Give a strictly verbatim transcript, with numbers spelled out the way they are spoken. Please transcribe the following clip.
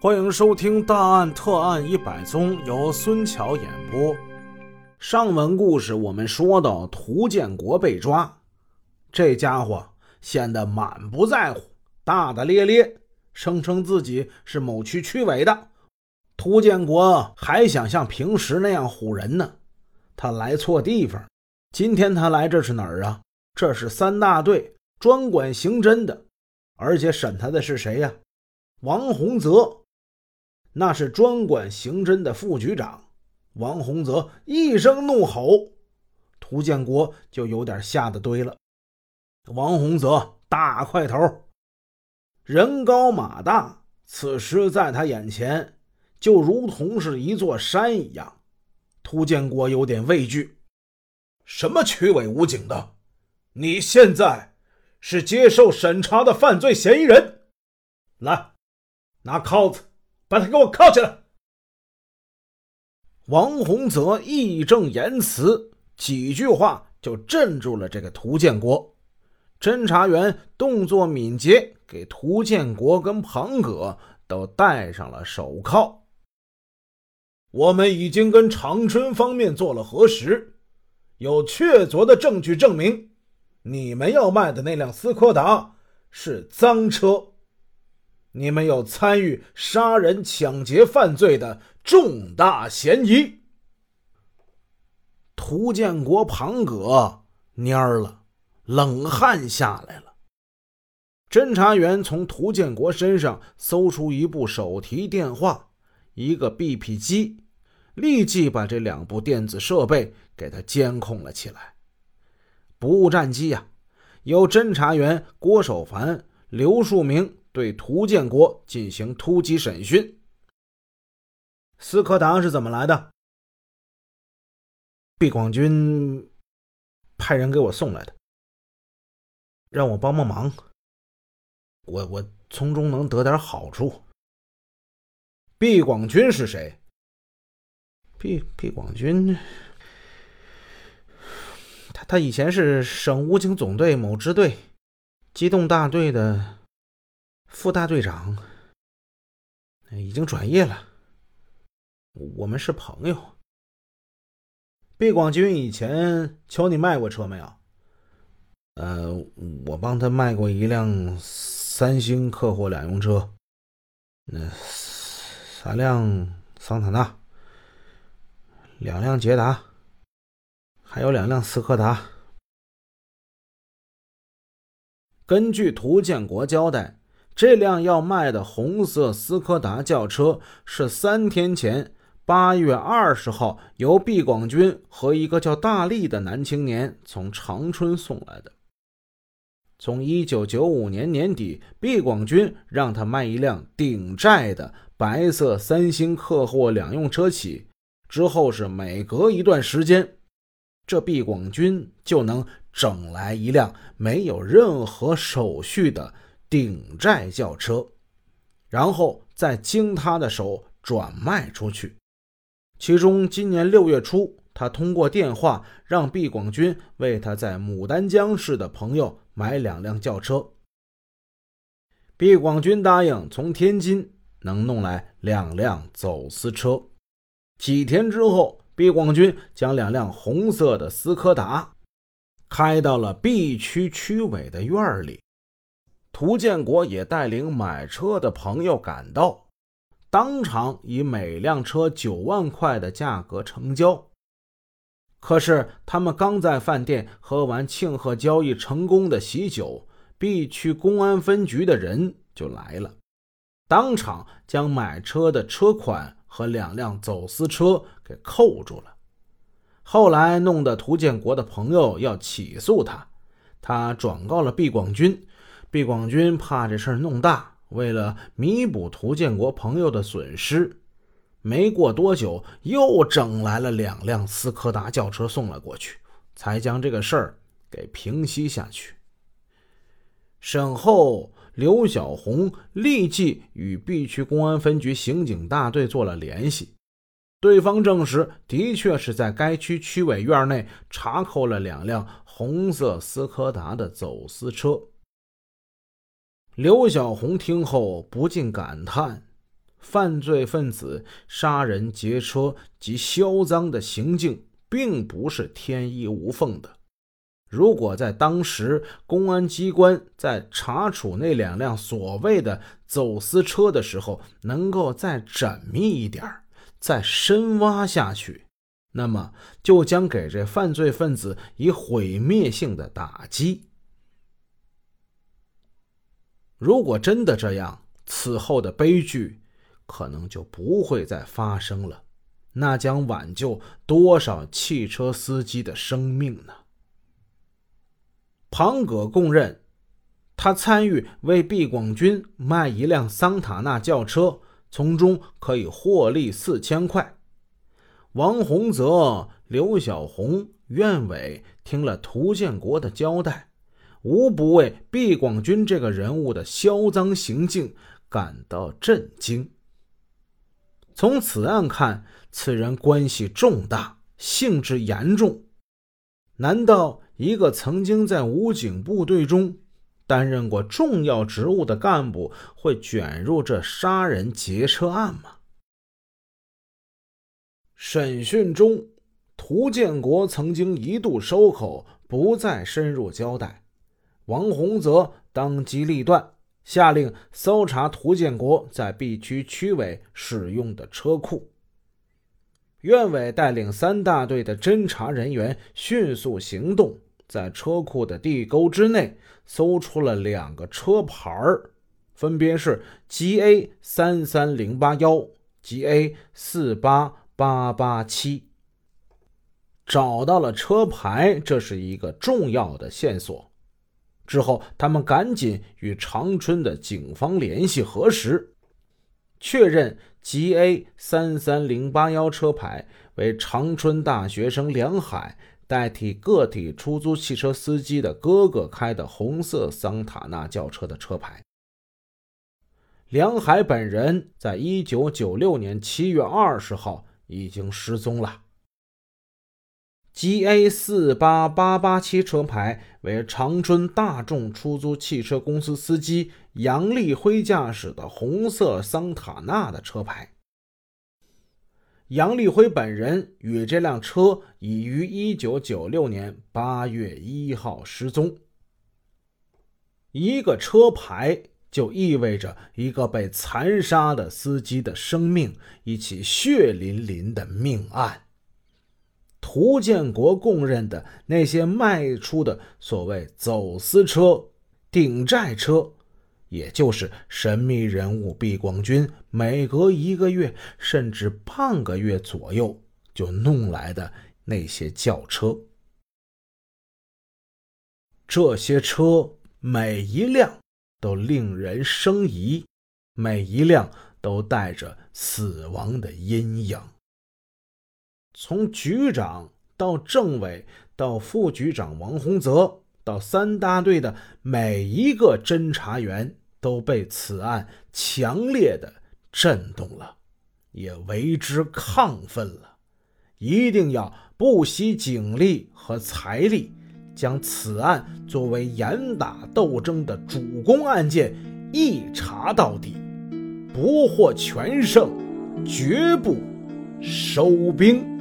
欢迎收听《大案特案一百宗》，由孙桥演播。上文故事我们说到涂建国被抓，这家伙显得满不在乎，大大咧咧，声称自己是某区区委的。涂建国还想像平时那样唬人呢，他来错地方。今天他来这是哪儿啊？这是三大队专管刑侦的，而且审他的是谁呀？王洪泽，那是专管刑侦的副局长。王洪泽一声怒吼，涂建国就有点吓得堆了。王洪泽大块头，人高马大，此时在他眼前就如同是一座山一样。涂建国有点畏惧。什么区委武警的？你现在是接受审查的犯罪嫌疑人。来，拿铐子把他给我铐起来。王洪泽义正言辞，几句话就镇住了这个涂建国。侦查员动作敏捷，给涂建国跟庞葛都戴上了手铐。我们已经跟长春方面做了核实，有确凿的证据证明你们要卖的那辆斯柯达是赃车，你们有参与杀人抢劫犯罪的重大嫌疑。涂建国、庞葛蔫了，冷汗下来了。侦查员从涂建国身上搜出一部手提电话，一个 B P 机，立即把这两部电子设备给他监控了起来。不误战机呀、啊，由侦查员郭守凡、刘树明对涂建国进行突击审讯。斯柯达是怎么来的？毕广军派人给我送来的，让我帮帮忙，我我从中能得点好处。毕广军是谁？毕毕广军，他他以前是省武警总队某支队机动大队的副大队长，已经转业了，我们是朋友。毕广军以前求你卖过车没有？呃，我帮他卖过一辆三星客货两用车，那三辆桑塔纳，两辆捷达，还有两辆斯柯达。根据涂建国交代，这辆要卖的红色斯柯达轿车是三天前八月二十号由毕广军和一个叫大力的男青年从长春送来的。从一九九五年年底，毕广军让他卖一辆顶寨的白色三星客货两用车起，之后是每隔一段时间，这毕广军就能整来一辆没有任何手续的顶寨轿车，然后再经他的手转卖出去。其中今年六月初，他通过电话让毕广军为他在牡丹江市的朋友买两辆轿车。毕广军答应从天津能弄来两辆走私车。几天之后，毕广军将两辆红色的斯柯达开到了 B 区区委的院里。涂建国也带领买车的朋友赶到，当场以每辆车九万块的价格成交。可是他们刚在饭店喝完庆贺交易成功的喜酒， B 区公安分局的人就来了，当场将买车的车款和两辆走私车给扣住了。后来弄得涂建国的朋友要起诉他，他转告了毕广军。毕广军怕这事弄大，为了弥补涂建国朋友的损失，没过多久又整来了两辆斯柯达轿车送了过去，才将这个事儿给平息下去。审后，刘小红立即与 B 区公安分局刑警大队做了联系，对方证实的确是在该区区委院内查扣了两辆红色斯柯达的走私车。刘小红听后不禁感叹， 犯罪分子杀人劫车及销赃的行径并不是天衣无缝的。如果在当时公安机关在查处那两辆所谓的走私车的时候能够再缜密一点，再深挖下去，那么就将给这犯罪分子以毁灭性的打击。如果真的这样，此后的悲剧可能就不会再发生了，那将挽救多少汽车司机的生命呢？庞葛供认，他参与为毕广军卖一辆桑塔纳轿车，从中可以获利四千块。王洪泽、刘小红、苑伟听了涂建国的交代，无不为毕广军这个人物的销赃行径感到震惊。从此案看，此人关系重大，性质严重。难道一个曾经在武警部队中担任过重要职务的干部会卷入这杀人劫车案吗？审讯中，涂建国曾经一度收口，不再深入交代。王洪泽当机立断，下令搜查涂建国在 B 区区委使用的车库。苑伟带领三大队的侦查人员迅速行动，在车库的地沟之内搜出了两个车牌，分别是 G A 三三零八一 G A 四八八八七。找到了车牌，这是一个重要的线索。之后他们赶紧与长春的警方联系核实，确认 G A 三三零八一 车牌为长春大学生梁海代替个体出租汽车司机的哥哥开的红色桑塔纳轿车的车牌。梁海本人在一九九六年七月二十号已经失踪了。G A 四八八八七 车牌为长春大众出租汽车公司司机杨立辉驾驶的红色桑塔纳的车牌。杨立辉本人与这辆车已于一九九六年八月一号失踪。一个车牌就意味着一个被残杀的司机的生命，一起血淋淋的命案。涂建国供认的那些卖出的所谓走私车、顶债车，也就是神秘人物毕广军每隔一个月甚至半个月左右就弄来的那些轿车。这些车每一辆都令人生疑，每一辆都带着死亡的阴影。从局长到政委到副局长王洪泽到三大队的每一个侦查员都被此案强烈的震动了，也为之亢奋了。一定要不惜警力和财力，将此案作为严打斗争的主攻案件一查到底，不获全胜，绝不收兵。